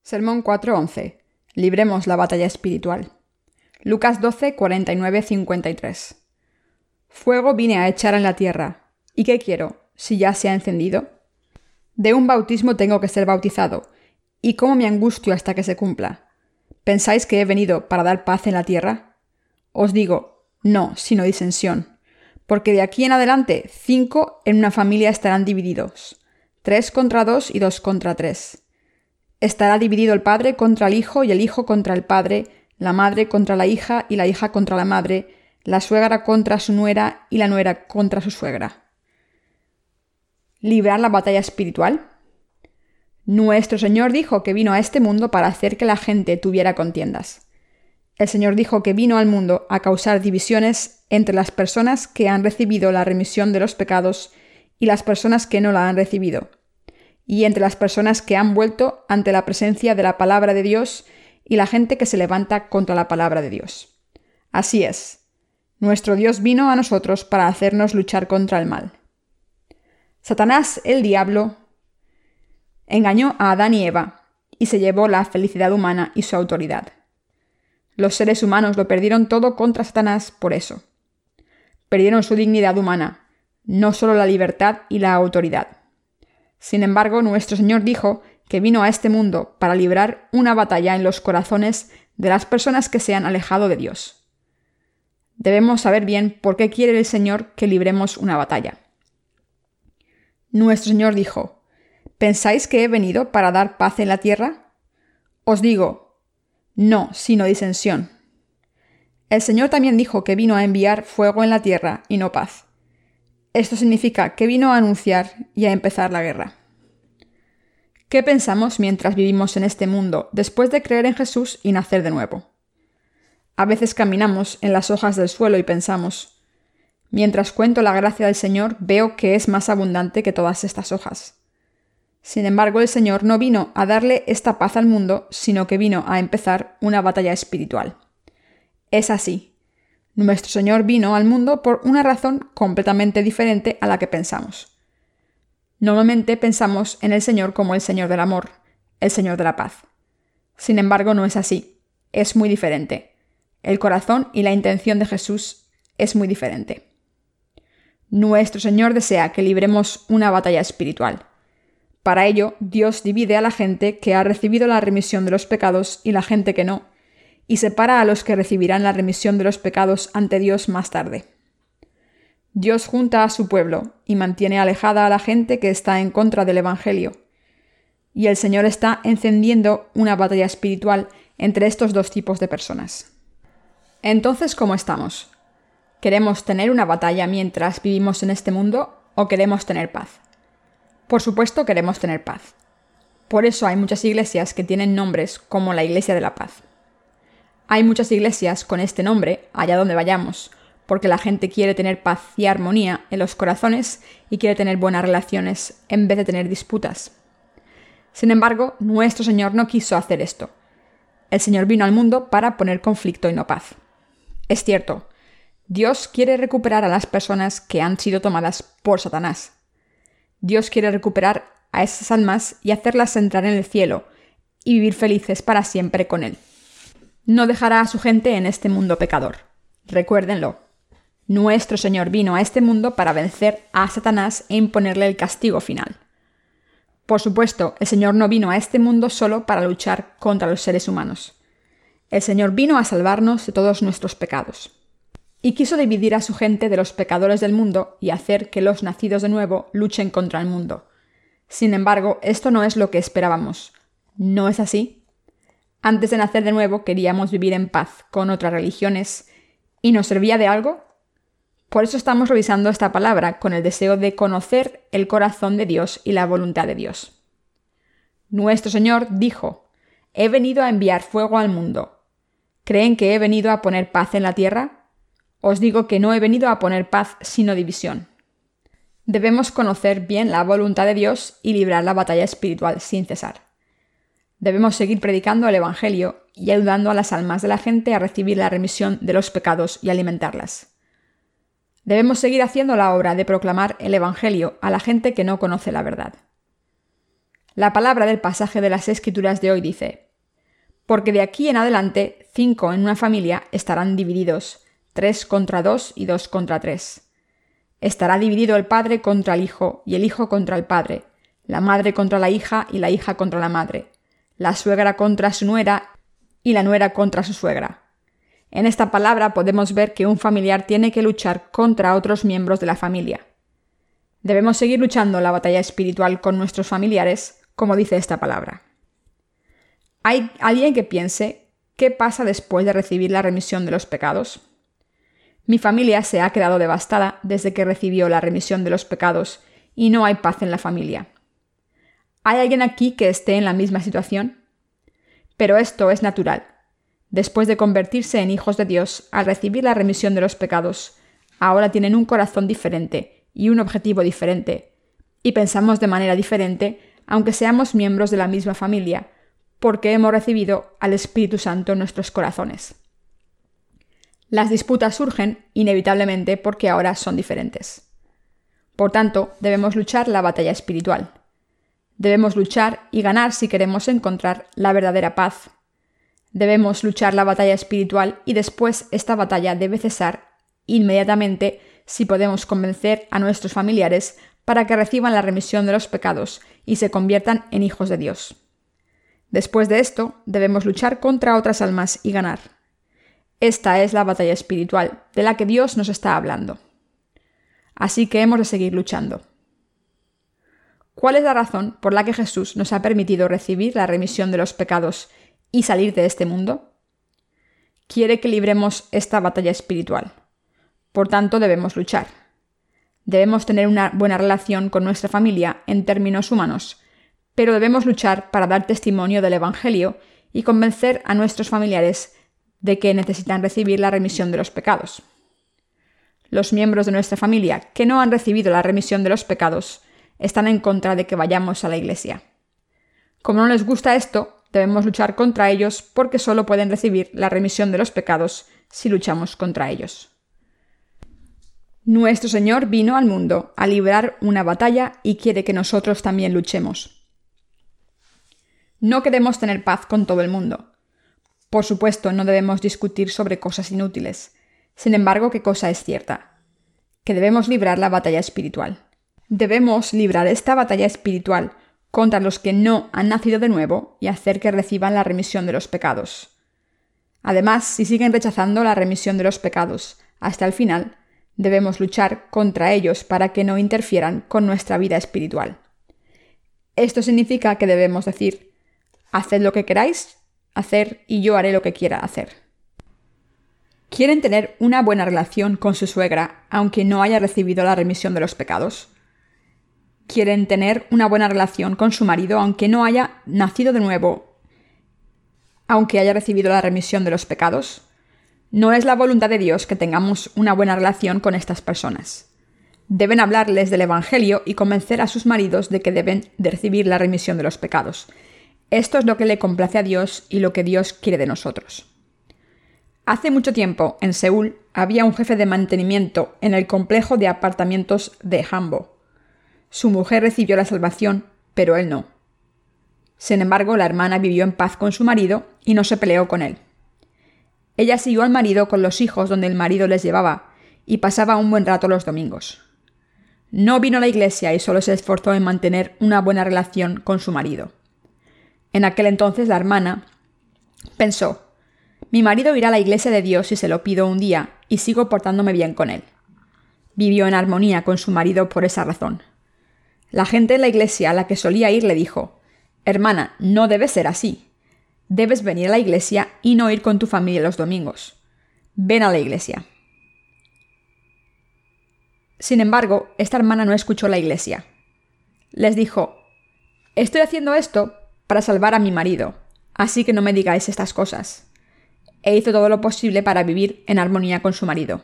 Sermón 4:11. Libremos la batalla espiritual. Lucas 12, 49, 53. Fuego vine a echar en la tierra. ¿Y qué quiero, si ya se ha encendido? De un bautismo tengo que ser bautizado, y cómo me angustio hasta que se cumpla. ¿Pensáis que he venido para dar paz en la tierra? Os digo, no, sino disensión. Porque de aquí en adelante 5 en una familia estarán divididos, 3 contra 2 y 2 contra 3. Estará dividido el padre contra el hijo y el hijo contra el padre, la madre contra la hija y la hija contra la madre, la suegra contra su nuera y la nuera contra su suegra. ¿Librar la batalla espiritual? Nuestro Señor dijo que vino a este mundo para hacer que la gente tuviera contiendas. El Señor dijo que vino al mundo a causar divisiones entre las personas que han recibido la remisión de los pecados y las personas que no la han recibido, y entre las personas que han vuelto ante la presencia de la palabra de Dios y la gente que se levanta contra la palabra de Dios. Así es, nuestro Dios vino a nosotros para hacernos luchar contra el mal. Satanás, el diablo, engañó a Adán y Eva y se llevó la felicidad humana y su autoridad. Los seres humanos lo perdieron todo contra Satanás por eso. Perdieron su dignidad humana, no solo la libertad y la autoridad. Sin embargo, nuestro Señor dijo que vino a este mundo para librar una batalla en los corazones de las personas que se han alejado de Dios. Debemos saber bien por qué quiere el Señor que libremos una batalla. Nuestro Señor dijo, ¿pensáis que he venido para dar paz en la tierra? Os digo, no, sino disensión. El Señor también dijo que vino a enviar fuego en la tierra y no paz. Esto significa que vino a anunciar y a empezar la guerra. ¿Qué pensamos mientras vivimos en este mundo después de creer en Jesús y nacer de nuevo? A veces caminamos en las hojas del suelo y pensamos, mientras cuento la gracia del Señor, veo que es más abundante que todas estas hojas. Sin embargo, el Señor no vino a darle esta paz al mundo, sino que vino a empezar una batalla espiritual. Es así. Nuestro Señor vino al mundo por una razón completamente diferente a la que pensamos. Normalmente pensamos en el Señor como el Señor del amor, el Señor de la paz. Sin embargo, no es así. Es muy diferente. El corazón y la intención de Jesús es muy diferente. Nuestro Señor desea que libremos una batalla espiritual. Para ello, Dios divide a la gente que ha recibido la remisión de los pecados y la gente que no, y separa a los que recibirán la remisión de los pecados ante Dios más tarde. Dios junta a su pueblo y mantiene alejada a la gente que está en contra del Evangelio. Y el Señor está encendiendo una batalla espiritual entre estos dos tipos de personas. Entonces, ¿cómo estamos? ¿Queremos tener una batalla mientras vivimos en este mundo o queremos tener paz? Por supuesto, queremos tener paz. Por eso hay muchas iglesias que tienen nombres como la Iglesia de la Paz. Hay muchas iglesias con este nombre allá donde vayamos, porque la gente quiere tener paz y armonía en los corazones y quiere tener buenas relaciones en vez de tener disputas. Sin embargo, nuestro Señor no quiso hacer esto. El Señor vino al mundo para poner conflicto y no paz. Es cierto, Dios quiere recuperar a las personas que han sido tomadas por Satanás. Dios quiere recuperar a esas almas y hacerlas entrar en el cielo y vivir felices para siempre con Él. No dejará a su gente en este mundo pecador. Recuérdenlo. Nuestro Señor vino a este mundo para vencer a Satanás e imponerle el castigo final. Por supuesto, el Señor no vino a este mundo solo para luchar contra los seres humanos. El Señor vino a salvarnos de todos nuestros pecados. Y quiso dividir a su gente de los pecadores del mundo y hacer que los nacidos de nuevo luchen contra el mundo. Sin embargo, esto no es lo que esperábamos. ¿No es así? Antes de nacer de nuevo queríamos vivir en paz con otras religiones. ¿Y nos servía de algo? Por eso estamos revisando esta palabra con el deseo de conocer el corazón de Dios y la voluntad de Dios. Nuestro Señor dijo, «He venido a enviar fuego al mundo. ¿Creen que he venido a poner paz en la tierra? Os digo que no he venido a poner paz sino división». Debemos conocer bien la voluntad de Dios y librar la batalla espiritual sin cesar. Debemos seguir predicando el Evangelio y ayudando a las almas de la gente a recibir la remisión de los pecados y alimentarlas. Debemos seguir haciendo la obra de proclamar el Evangelio a la gente que no conoce la verdad. La palabra del pasaje de las Escrituras de hoy dice: porque de aquí en adelante 5 en una familia estarán divididos, 3 contra 2 y 2 contra 3. Estará dividido el padre contra el hijo y el hijo contra el padre, la madre contra la hija y la hija contra la madre, la suegra contra su nuera y la nuera contra su suegra. En esta palabra podemos ver que un familiar tiene que luchar contra otros miembros de la familia. Debemos seguir luchando la batalla espiritual con nuestros familiares, como dice esta palabra. ¿Hay alguien que piense qué pasa después de recibir la remisión de los pecados? Mi familia se ha quedado devastada desde que recibió la remisión de los pecados y no hay paz en la familia. ¿Hay alguien aquí que esté en la misma situación? Pero esto es natural. Después de convertirse en hijos de Dios, al recibir la remisión de los pecados, ahora tienen un corazón diferente y un objetivo diferente, y pensamos de manera diferente, aunque seamos miembros de la misma familia, porque hemos recibido al Espíritu Santo en nuestros corazones. Las disputas surgen inevitablemente porque ahora son diferentes. Por tanto, debemos luchar la batalla espiritual. Debemos luchar y ganar si queremos encontrar la verdadera paz. Debemos luchar la batalla espiritual y después esta batalla debe cesar inmediatamente si podemos convencer a nuestros familiares para que reciban la remisión de los pecados y se conviertan en hijos de Dios. Después de esto, debemos luchar contra otras almas y ganar. Esta es la batalla espiritual de la que Dios nos está hablando. Así que hemos de seguir luchando. ¿Cuál es la razón por la que Jesús nos ha permitido recibir la remisión de los pecados y salir de este mundo? Quiere que libremos esta batalla espiritual. Por tanto, debemos luchar. Debemos tener una buena relación con nuestra familia en términos humanos, pero debemos luchar para dar testimonio del Evangelio y convencer a nuestros familiares de que necesitan recibir la remisión de los pecados. Los miembros de nuestra familia que no han recibido la remisión de los pecados están en contra de que vayamos a la iglesia. Como no les gusta esto, debemos luchar contra ellos porque solo pueden recibir la remisión de los pecados si luchamos contra ellos. Nuestro Señor vino al mundo a librar una batalla y quiere que nosotros también luchemos. No queremos tener paz con todo el mundo. Por supuesto, no debemos discutir sobre cosas inútiles. Sin embargo, ¿qué cosa es cierta? Que debemos librar la batalla espiritual. Debemos librar esta batalla espiritual contra los que no han nacido de nuevo y hacer que reciban la remisión de los pecados. Además, si siguen rechazando la remisión de los pecados hasta el final, debemos luchar contra ellos para que no interfieran con nuestra vida espiritual. Esto significa que debemos decir: haced lo que queráis hacer y yo haré lo que quiera hacer. ¿Quieren tener una buena relación con su suegra aunque no haya recibido la remisión de los pecados? ¿Quieren tener una buena relación con su marido aunque no haya nacido de nuevo, aunque haya recibido la remisión de los pecados? No es la voluntad de Dios que tengamos una buena relación con estas personas. Deben hablarles del Evangelio y convencer a sus maridos de que deben de recibir la remisión de los pecados. Esto es lo que le complace a Dios y lo que Dios quiere de nosotros. Hace mucho tiempo, en Seúl, había un jefe de mantenimiento en el complejo de apartamentos de Hambo. Su mujer recibió la salvación, pero él no. Sin embargo, la hermana vivió en paz con su marido y no se peleó con él. Ella siguió al marido con los hijos donde el marido les llevaba y pasaba un buen rato los domingos. No vino a la iglesia y solo se esforzó en mantener una buena relación con su marido. En aquel entonces la hermana pensó: mi marido irá a la iglesia de Dios si se lo pido un día y sigo portándome bien con él. Vivió en armonía con su marido por esa razón. La gente en la iglesia a la que solía ir le dijo: hermana, no debe ser así. Debes venir a la iglesia y no ir con tu familia los domingos. Ven a la iglesia. Sin embargo, esta hermana no escuchó la iglesia. Les dijo: estoy haciendo esto para salvar a mi marido, así que no me digáis estas cosas. E hizo todo lo posible para vivir en armonía con su marido.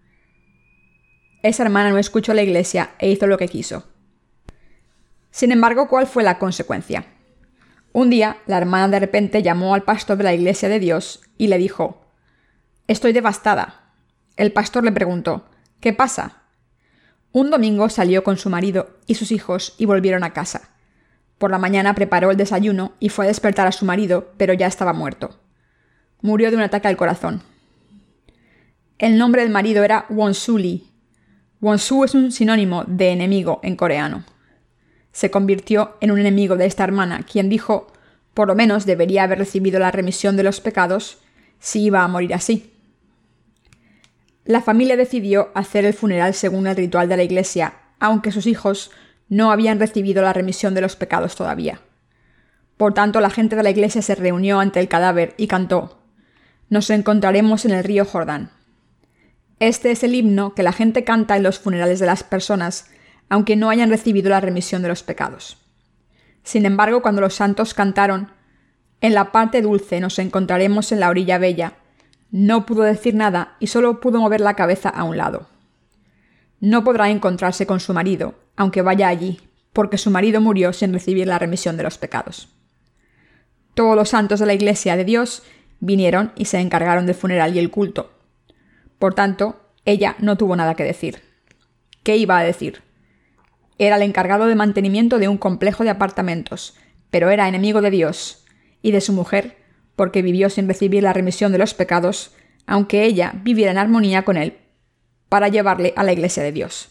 Esa hermana no escuchó la iglesia e hizo lo que quiso. Sin embargo, ¿cuál fue la consecuencia? Un día, la hermana de repente llamó al pastor de la iglesia de Dios y le dijo: estoy devastada. El pastor le preguntó: ¿qué pasa? Un domingo salió con su marido y sus hijos y volvieron a casa. Por la mañana preparó el desayuno y fue a despertar a su marido, pero ya estaba muerto. Murió de un ataque al corazón. El nombre del marido era Won-soo Lee. Won-soo es un sinónimo de enemigo en coreano. Se convirtió en un enemigo de esta hermana, quien dijo, por lo menos debería haber recibido la remisión de los pecados si iba a morir así. La familia decidió hacer el funeral según el ritual de la iglesia, aunque sus hijos no habían recibido la remisión de los pecados todavía. Por tanto, la gente de la iglesia se reunió ante el cadáver y cantó: «Nos encontraremos en el río Jordán». Este es el himno que la gente canta en los funerales de las personas, aunque no hayan recibido la remisión de los pecados. Sin embargo, cuando los santos cantaron «En la parte dulce nos encontraremos en la orilla bella», no pudo decir nada y solo pudo mover la cabeza a un lado. No podrá encontrarse con su marido, aunque vaya allí, porque su marido murió sin recibir la remisión de los pecados. Todos los santos de la Iglesia de Dios vinieron y se encargaron del funeral y el culto. Por tanto, ella no tuvo nada que decir. ¿Qué iba a decir? Era el encargado de mantenimiento de un complejo de apartamentos, pero era enemigo de Dios y de su mujer, porque vivió sin recibir la remisión de los pecados, aunque ella viviera en armonía con él, para llevarle a la Iglesia de Dios.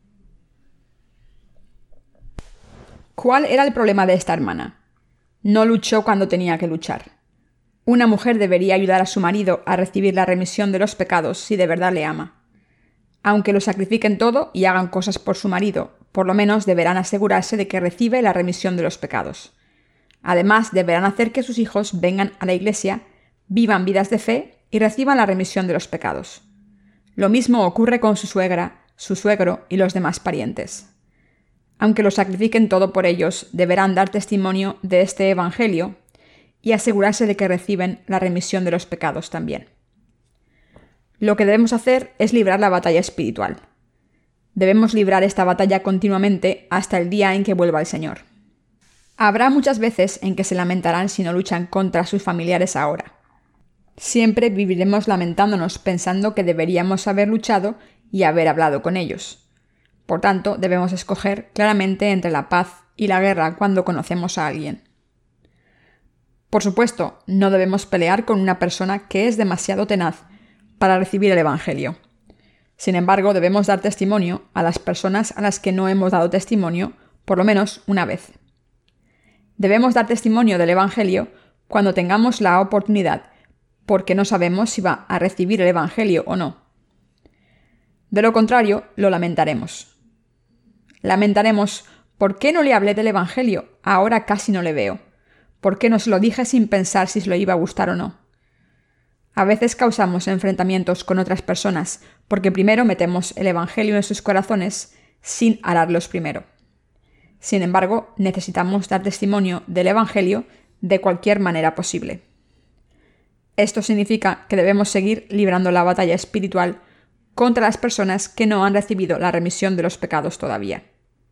¿Cuál era el problema de esta hermana? No luchó cuando tenía que luchar. Una mujer debería ayudar a su marido a recibir la remisión de los pecados si de verdad le ama. Aunque lo sacrifiquen todo y hagan cosas por su marido, por lo menos deberán asegurarse de que recibe la remisión de los pecados. Además, deberán hacer que sus hijos vengan a la iglesia, vivan vidas de fe y reciban la remisión de los pecados. Lo mismo ocurre con su suegra, su suegro y los demás parientes. Aunque lo sacrifiquen todo por ellos, deberán dar testimonio de este evangelio y asegurarse de que reciben la remisión de los pecados también. Lo que debemos hacer es librar la batalla espiritual. Debemos librar esta batalla continuamente hasta el día en que vuelva el Señor. Habrá muchas veces en que se lamentarán si no luchan contra sus familiares ahora. Siempre viviremos lamentándonos pensando que deberíamos haber luchado y haber hablado con ellos. Por tanto, debemos escoger claramente entre la paz y la guerra cuando conocemos a alguien. Por supuesto, no debemos pelear con una persona que es demasiado tenaz para recibir el Evangelio. Sin embargo, debemos dar testimonio a las personas a las que no hemos dado testimonio por lo menos una vez. Debemos dar testimonio del Evangelio cuando tengamos la oportunidad, porque no sabemos si va a recibir el Evangelio o no. De lo contrario, lo lamentaremos. Lamentaremos: ¿por qué no le hablé del Evangelio? Ahora casi no le veo. ¿Por qué no se lo dije sin pensar si se lo iba a gustar o no? A veces causamos enfrentamientos con otras personas porque primero metemos el Evangelio en sus corazones sin ararlos primero. Sin embargo, necesitamos dar testimonio del Evangelio de cualquier manera posible. Esto significa que debemos seguir librando la batalla espiritual contra las personas que no han recibido la remisión de los pecados todavía.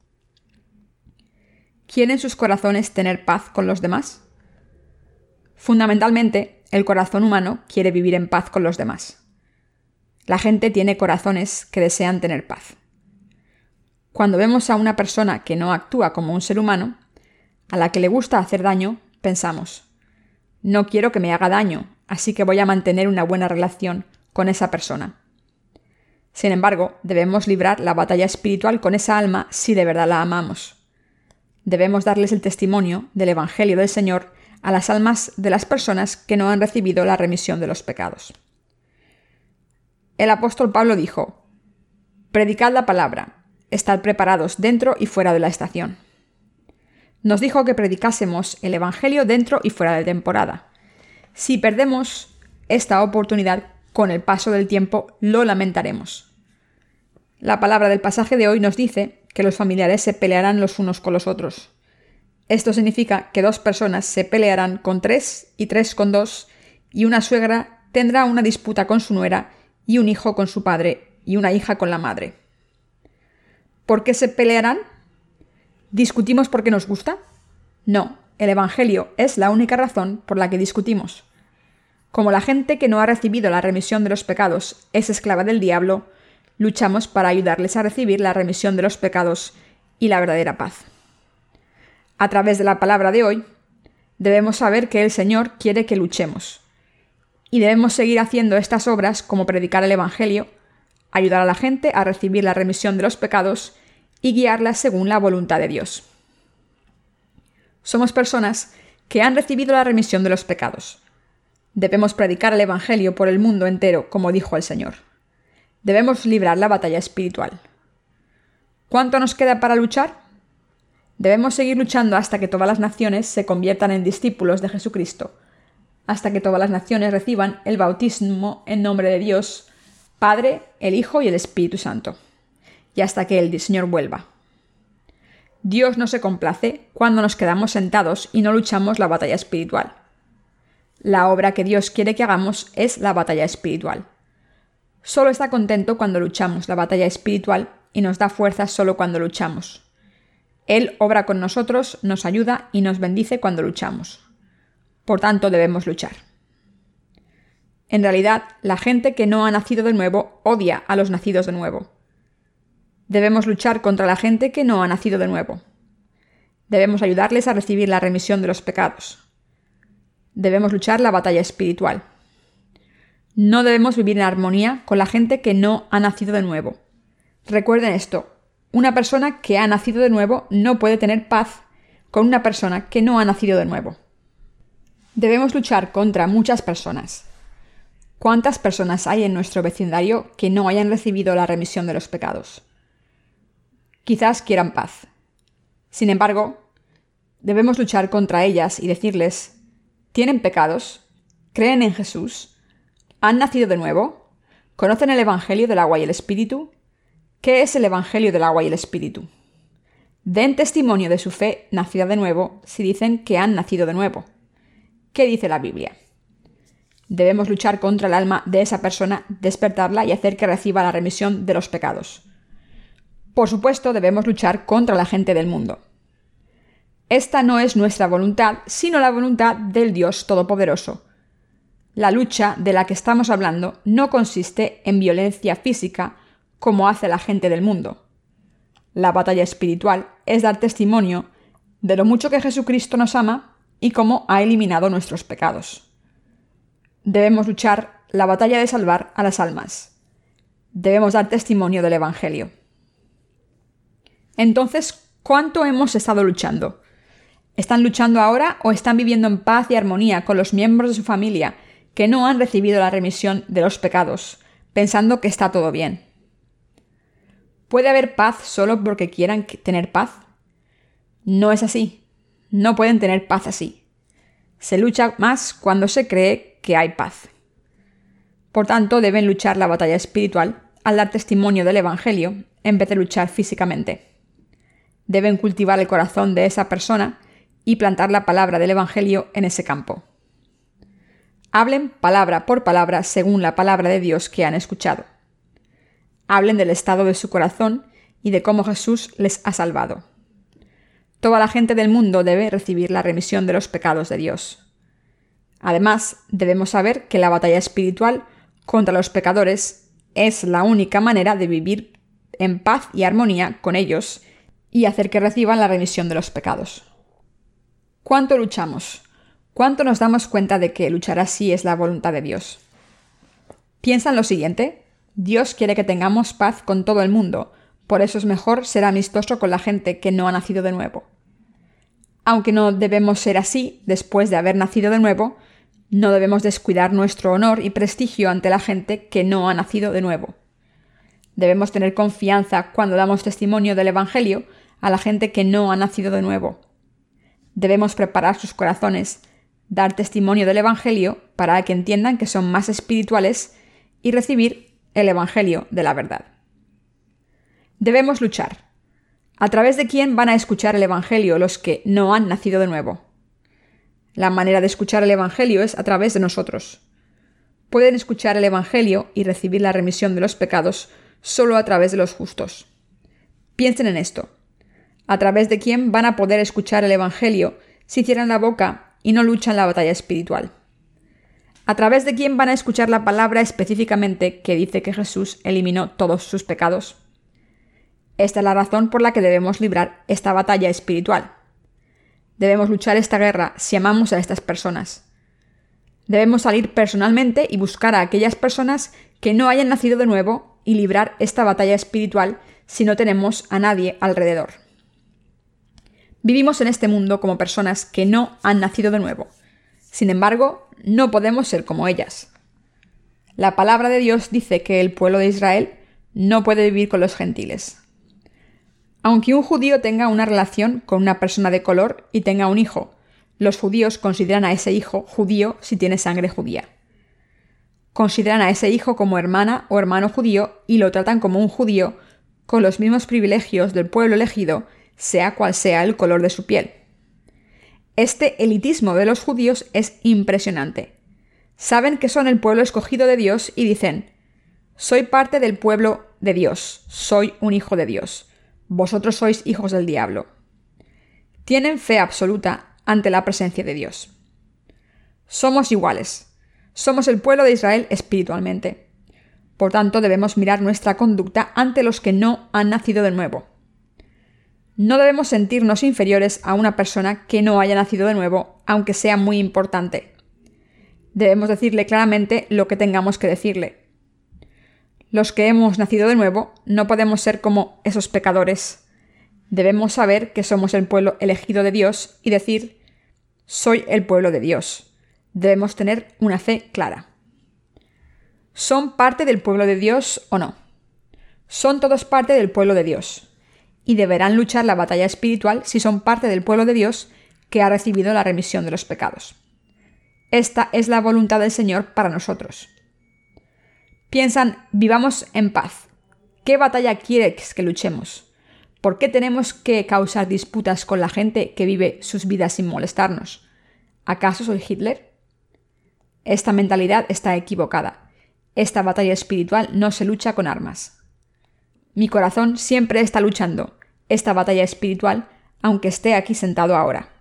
¿Quieren sus corazones tener paz con los demás? Fundamentalmente, el corazón humano quiere vivir en paz con los demás. La gente tiene corazones que desean tener paz. Cuando vemos a una persona que no actúa como un ser humano, a la que le gusta hacer daño, pensamos: no quiero que me haga daño, así que voy a mantener una buena relación con esa persona. Sin embargo, debemos librar la batalla espiritual con esa alma si de verdad la amamos. Debemos darles el testimonio del Evangelio del Señor a las almas de las personas que no han recibido la remisión de los pecados. El apóstol Pablo dijo: «Predicad la palabra, estad preparados dentro y fuera de la estación». Nos dijo que predicásemos el Evangelio dentro y fuera de temporada. Si perdemos esta oportunidad, con el paso del tiempo lo lamentaremos. La palabra del pasaje de hoy nos dice que los familiares se pelearán los unos con los otros. Esto significa que 2 personas se pelearán con 3 y 3 con 2, y una suegra tendrá una disputa con su nuera, y un hijo con su padre, y una hija con la madre. ¿Por qué se pelearán? ¿Discutimos porque nos gusta? No, el Evangelio es la única razón por la que discutimos. Como la gente que no ha recibido la remisión de los pecados es esclava del diablo, luchamos para ayudarles a recibir la remisión de los pecados y la verdadera paz. A través de la palabra de hoy, debemos saber que el Señor quiere que luchemos. Y debemos seguir haciendo estas obras como predicar el Evangelio, ayudar a la gente a recibir la remisión de los pecados y guiarlas según la voluntad de Dios. Somos personas que han recibido la remisión de los pecados. Debemos predicar el Evangelio por el mundo entero, como dijo el Señor. Debemos librar la batalla espiritual. ¿Cuánto nos queda para luchar? Debemos seguir luchando hasta que todas las naciones se conviertan en discípulos de Jesucristo, hasta que todas las naciones reciban el bautismo en nombre de Dios, Padre, el Hijo y el Espíritu Santo, y hasta que el Señor vuelva. Dios no se complace cuando nos quedamos sentados y no luchamos la batalla espiritual. La obra que Dios quiere que hagamos es la batalla espiritual. Solo está contento cuando luchamos la batalla espiritual y nos da fuerzas solo cuando luchamos. Él obra con nosotros, nos ayuda y nos bendice cuando luchamos. Por tanto, debemos luchar. En realidad, la gente que no ha nacido de nuevo odia a los nacidos de nuevo. Debemos luchar contra la gente que no ha nacido de nuevo. Debemos ayudarles a recibir la remisión de los pecados. Debemos luchar la batalla espiritual. No debemos vivir en armonía con la gente que no ha nacido de nuevo. Recuerden esto, una persona que ha nacido de nuevo no puede tener paz con una persona que no ha nacido de nuevo. Debemos luchar contra muchas personas. ¿Cuántas personas hay en nuestro vecindario que no hayan recibido la remisión de los pecados? Quizás quieran paz. Sin embargo, debemos luchar contra ellas y decirles: ¿tienen pecados? ¿Creen en Jesús? ¿Han nacido de nuevo? ¿Conocen el Evangelio del agua y el Espíritu? ¿Qué es el Evangelio del agua y el Espíritu? Den testimonio de su fe nacida de nuevo si dicen que han nacido de nuevo. ¿Qué dice la Biblia? Debemos luchar contra el alma de esa persona, despertarla y hacer que reciba la remisión de los pecados. Por supuesto, debemos luchar contra la gente del mundo. Esta no es nuestra voluntad, sino la voluntad del Dios Todopoderoso. La lucha de la que estamos hablando no consiste en violencia física como hace la gente del mundo. La batalla espiritual es dar testimonio de lo mucho que Jesucristo nos ama y cómo ha eliminado nuestros pecados. Debemos luchar la batalla de salvar a las almas. Debemos dar testimonio del Evangelio. Entonces, ¿cuánto hemos estado luchando? ¿Están luchando ahora o están viviendo en paz y armonía con los miembros de su familia que no han recibido la remisión de los pecados, pensando que está todo bien? ¿Puede haber paz solo porque quieran tener paz? No es así. No pueden tener paz así. Se lucha más cuando se cree que hay paz. Por tanto, deben luchar la batalla espiritual al dar testimonio del Evangelio en vez de luchar físicamente. Deben cultivar el corazón de esa persona y plantar la palabra del Evangelio en ese campo. Hablen palabra por palabra según la palabra de Dios que han escuchado. Hablen del estado de su corazón y de cómo Jesús les ha salvado. Toda la gente del mundo debe recibir la remisión de los pecados de Dios. Además, debemos saber que la batalla espiritual contra los pecadores es la única manera de vivir en paz y armonía con ellos y hacer que reciban la remisión de los pecados. ¿Cuánto luchamos? ¿Cuánto nos damos cuenta de que luchar así es la voluntad de Dios? Piensa en lo siguiente: Dios quiere que tengamos paz con todo el mundo, por eso es mejor ser amistoso con la gente que no ha nacido de nuevo. Aunque no debemos ser así después de haber nacido de nuevo, no debemos descuidar nuestro honor y prestigio ante la gente que no ha nacido de nuevo. Debemos tener confianza cuando damos testimonio del Evangelio a la gente que no ha nacido de nuevo. Debemos preparar sus corazones, dar testimonio del Evangelio para que entiendan que son más espirituales y recibir el Evangelio de la verdad. Debemos luchar. ¿A través de quién van a escuchar el Evangelio los que no han nacido de nuevo? La manera de escuchar el Evangelio es a través de nosotros. Pueden escuchar el Evangelio y recibir la remisión de los pecados solo a través de los justos. Piensen en esto. ¿A través de quién van a poder escuchar el Evangelio si cierran la boca y no luchan la batalla espiritual? ¿A través de quién van a escuchar la palabra específicamente que dice que Jesús eliminó todos sus pecados? Esta es la razón por la que debemos librar esta batalla espiritual. Debemos luchar esta guerra si amamos a estas personas. Debemos salir personalmente y buscar a aquellas personas que no hayan nacido de nuevo y librar esta batalla espiritual si no tenemos a nadie alrededor. Vivimos en este mundo como personas que no han nacido de nuevo. Sin embargo, no podemos ser como ellas. La palabra de Dios dice que el pueblo de Israel no puede vivir con los gentiles. Aunque un judío tenga una relación con una persona de color y tenga un hijo, los judíos consideran a ese hijo judío si tiene sangre judía. Consideran a ese hijo como hermana o hermano judío y lo tratan como un judío con los mismos privilegios del pueblo elegido, sea cual sea el color de su piel. Este elitismo de los judíos es impresionante. Saben que son el pueblo escogido de Dios y dicen: soy parte del pueblo de Dios, soy un hijo de Dios. Vosotros sois hijos del diablo. Tienen fe absoluta ante la presencia de Dios. Somos iguales. Somos el pueblo de Israel espiritualmente. Por tanto, debemos mirar nuestra conducta ante los que no han nacido de nuevo. No debemos sentirnos inferiores a una persona que no haya nacido de nuevo, aunque sea muy importante. Debemos decirle claramente lo que tengamos que decirle. Los que hemos nacido de nuevo no podemos ser como esos pecadores. Debemos saber que somos el pueblo elegido de Dios y decir: soy el pueblo de Dios. Debemos tener una fe clara. ¿Son parte del pueblo de Dios o no? Son todos parte del pueblo de Dios y deberán luchar la batalla espiritual si son parte del pueblo de Dios que ha recibido la remisión de los pecados. Esta es la voluntad del Señor para nosotros. Piensan: vivamos en paz. ¿Qué batalla quieres que luchemos? ¿Por qué tenemos que causar disputas con la gente que vive sus vidas sin molestarnos? ¿Acaso soy Hitler? Esta mentalidad está equivocada. Esta batalla espiritual no se lucha con armas. Mi corazón siempre está luchando esta batalla espiritual, aunque esté aquí sentado ahora.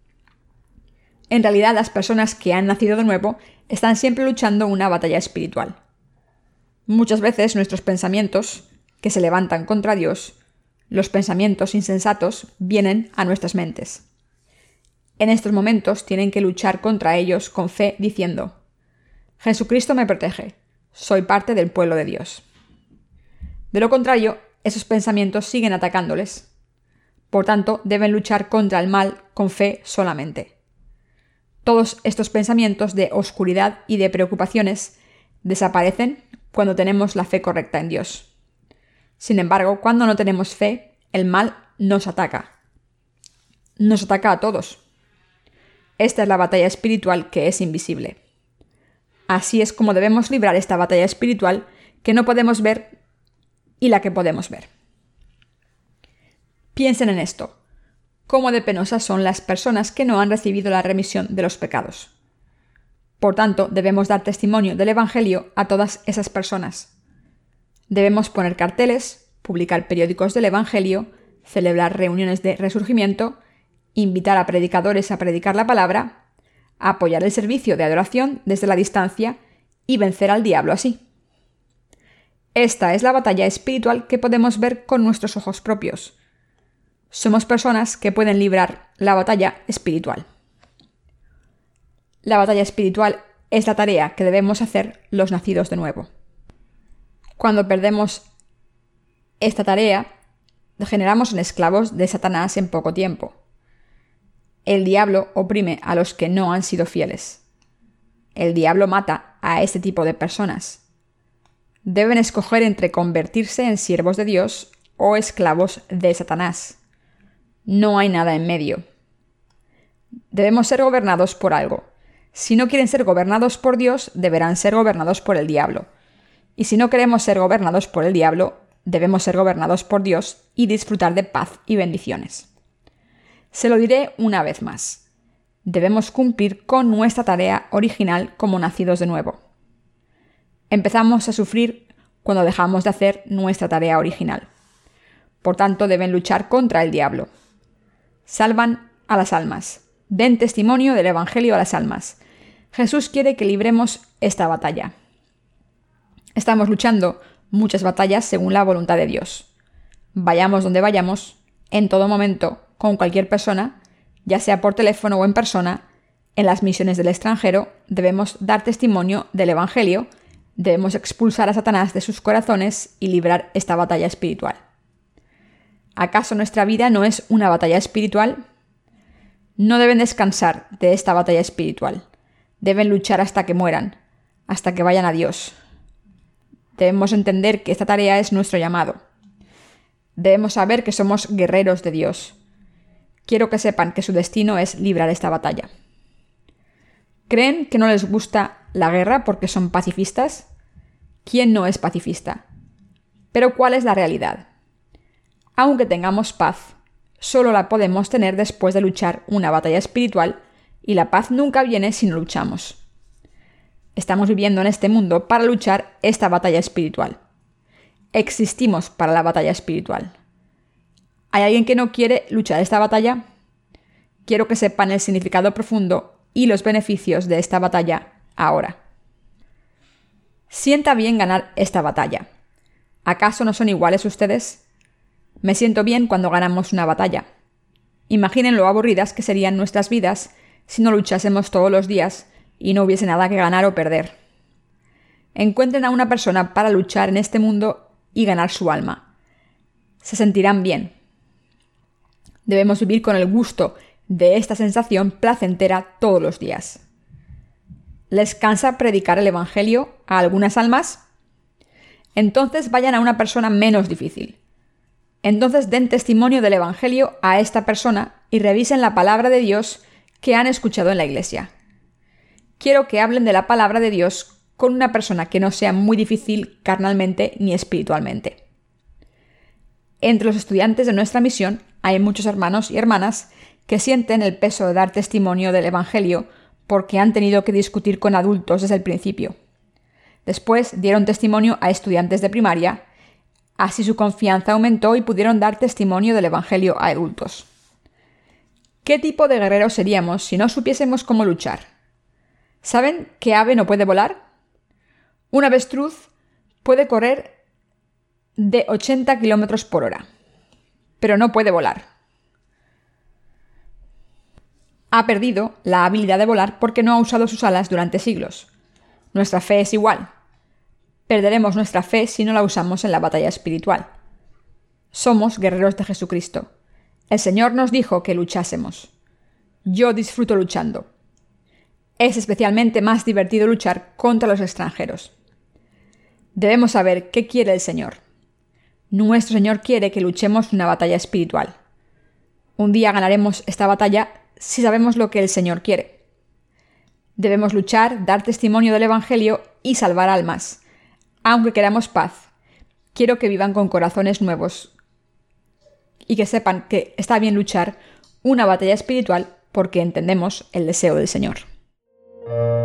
En realidad, las personas que han nacido de nuevo están siempre luchando una batalla espiritual. Muchas veces nuestros pensamientos, que se levantan contra Dios, los pensamientos insensatos, vienen a nuestras mentes. En estos momentos tienen que luchar contra ellos con fe, diciendo: Jesucristo me protege, soy parte del pueblo de Dios. De lo contrario, esos pensamientos siguen atacándoles. Por tanto, deben luchar contra el mal con fe solamente. Todos estos pensamientos de oscuridad y de preocupaciones desaparecen cuando tenemos la fe correcta en Dios. Sin embargo, cuando no tenemos fe, el mal nos ataca. Nos ataca a todos. Esta es la batalla espiritual que es invisible. Así es como debemos librar esta batalla espiritual que no podemos ver y la que podemos ver. Piensen en esto. ¿Cómo de penosas son las personas que no han recibido la remisión de los pecados? Por tanto, debemos dar testimonio del Evangelio a todas esas personas. Debemos poner carteles, publicar periódicos del Evangelio, celebrar reuniones de resurgimiento, invitar a predicadores a predicar la palabra, apoyar el servicio de adoración desde la distancia y vencer al diablo así. Esta es la batalla espiritual que podemos ver con nuestros ojos propios. Somos personas que pueden librar la batalla espiritual. La batalla espiritual es la tarea que debemos hacer los nacidos de nuevo. Cuando perdemos esta tarea, degeneramos en esclavos de Satanás en poco tiempo. El diablo oprime a los que no han sido fieles. El diablo mata a este tipo de personas. Deben escoger entre convertirse en siervos de Dios o esclavos de Satanás. No hay nada en medio. Debemos ser gobernados por algo. Si no quieren ser gobernados por Dios, deberán ser gobernados por el diablo. Y si no queremos ser gobernados por el diablo, debemos ser gobernados por Dios y disfrutar de paz y bendiciones. Se lo diré una vez más. Debemos cumplir con nuestra tarea original como nacidos de nuevo. Empezamos a sufrir cuando dejamos de hacer nuestra tarea original. Por tanto, deben luchar contra el diablo. Salvan a las almas. Den testimonio del Evangelio a las almas. Jesús quiere que libremos esta batalla. Estamos luchando muchas batallas según la voluntad de Dios. Vayamos donde vayamos, en todo momento, con cualquier persona, ya sea por teléfono o en persona, en las misiones del extranjero, debemos dar testimonio del Evangelio, debemos expulsar a Satanás de sus corazones y librar esta batalla espiritual. ¿Acaso nuestra vida no es una batalla espiritual? No deben descansar de esta batalla espiritual. Deben luchar hasta que mueran, hasta que vayan a Dios. Debemos entender que esta tarea es nuestro llamado. Debemos saber que somos guerreros de Dios. Quiero que sepan que su destino es librar esta batalla. ¿Creen que no les gusta la guerra porque son pacifistas? ¿Quién no es pacifista? Pero ¿cuál es la realidad? Aunque tengamos paz, solo la podemos tener después de luchar una batalla espiritual, y la paz nunca viene si no luchamos. Estamos viviendo en este mundo para luchar esta batalla espiritual. Existimos para la batalla espiritual. ¿Hay alguien que no quiere luchar esta batalla? Quiero que sepan el significado profundo y los beneficios de esta batalla ahora. Sienta bien ganar esta batalla. ¿Acaso no son iguales ustedes? Me siento bien cuando ganamos una batalla. Imaginen lo aburridas que serían nuestras vidas si no luchásemos todos los días y no hubiese nada que ganar o perder. Encuentren a una persona para luchar en este mundo y ganar su alma. Se sentirán bien. Debemos vivir con el gusto de esta sensación placentera todos los días. ¿Les cansa predicar el Evangelio a algunas almas? Entonces vayan a una persona menos difícil. Entonces den testimonio del Evangelio a esta persona y revisen la palabra de Dios que han escuchado en la iglesia. Quiero que hablen de la palabra de Dios con una persona que no sea muy difícil carnalmente ni espiritualmente. Entre los estudiantes de nuestra misión hay muchos hermanos y hermanas que sienten el peso de dar testimonio del Evangelio porque han tenido que discutir con adultos desde el principio. Después dieron testimonio a estudiantes de primaria, así su confianza aumentó y pudieron dar testimonio del Evangelio a adultos. ¿Qué tipo de guerreros seríamos si no supiésemos cómo luchar? ¿Saben qué ave no puede volar? Un avestruz puede correr de 80 km por hora, pero no puede volar. Ha perdido la habilidad de volar porque no ha usado sus alas durante siglos. Nuestra fe es igual. Perderemos nuestra fe si no la usamos en la batalla espiritual. Somos guerreros de Jesucristo. El Señor nos dijo que luchásemos. Yo disfruto luchando. Es especialmente más divertido luchar contra los extranjeros. Debemos saber qué quiere el Señor. Nuestro Señor quiere que luchemos una batalla espiritual. Un día ganaremos esta batalla si sabemos lo que el Señor quiere. Debemos luchar, dar testimonio del Evangelio y salvar almas. Aunque queramos paz, quiero que vivan con corazones nuevos y que sepan que está bien luchar una batalla espiritual porque entendemos el deseo del Señor.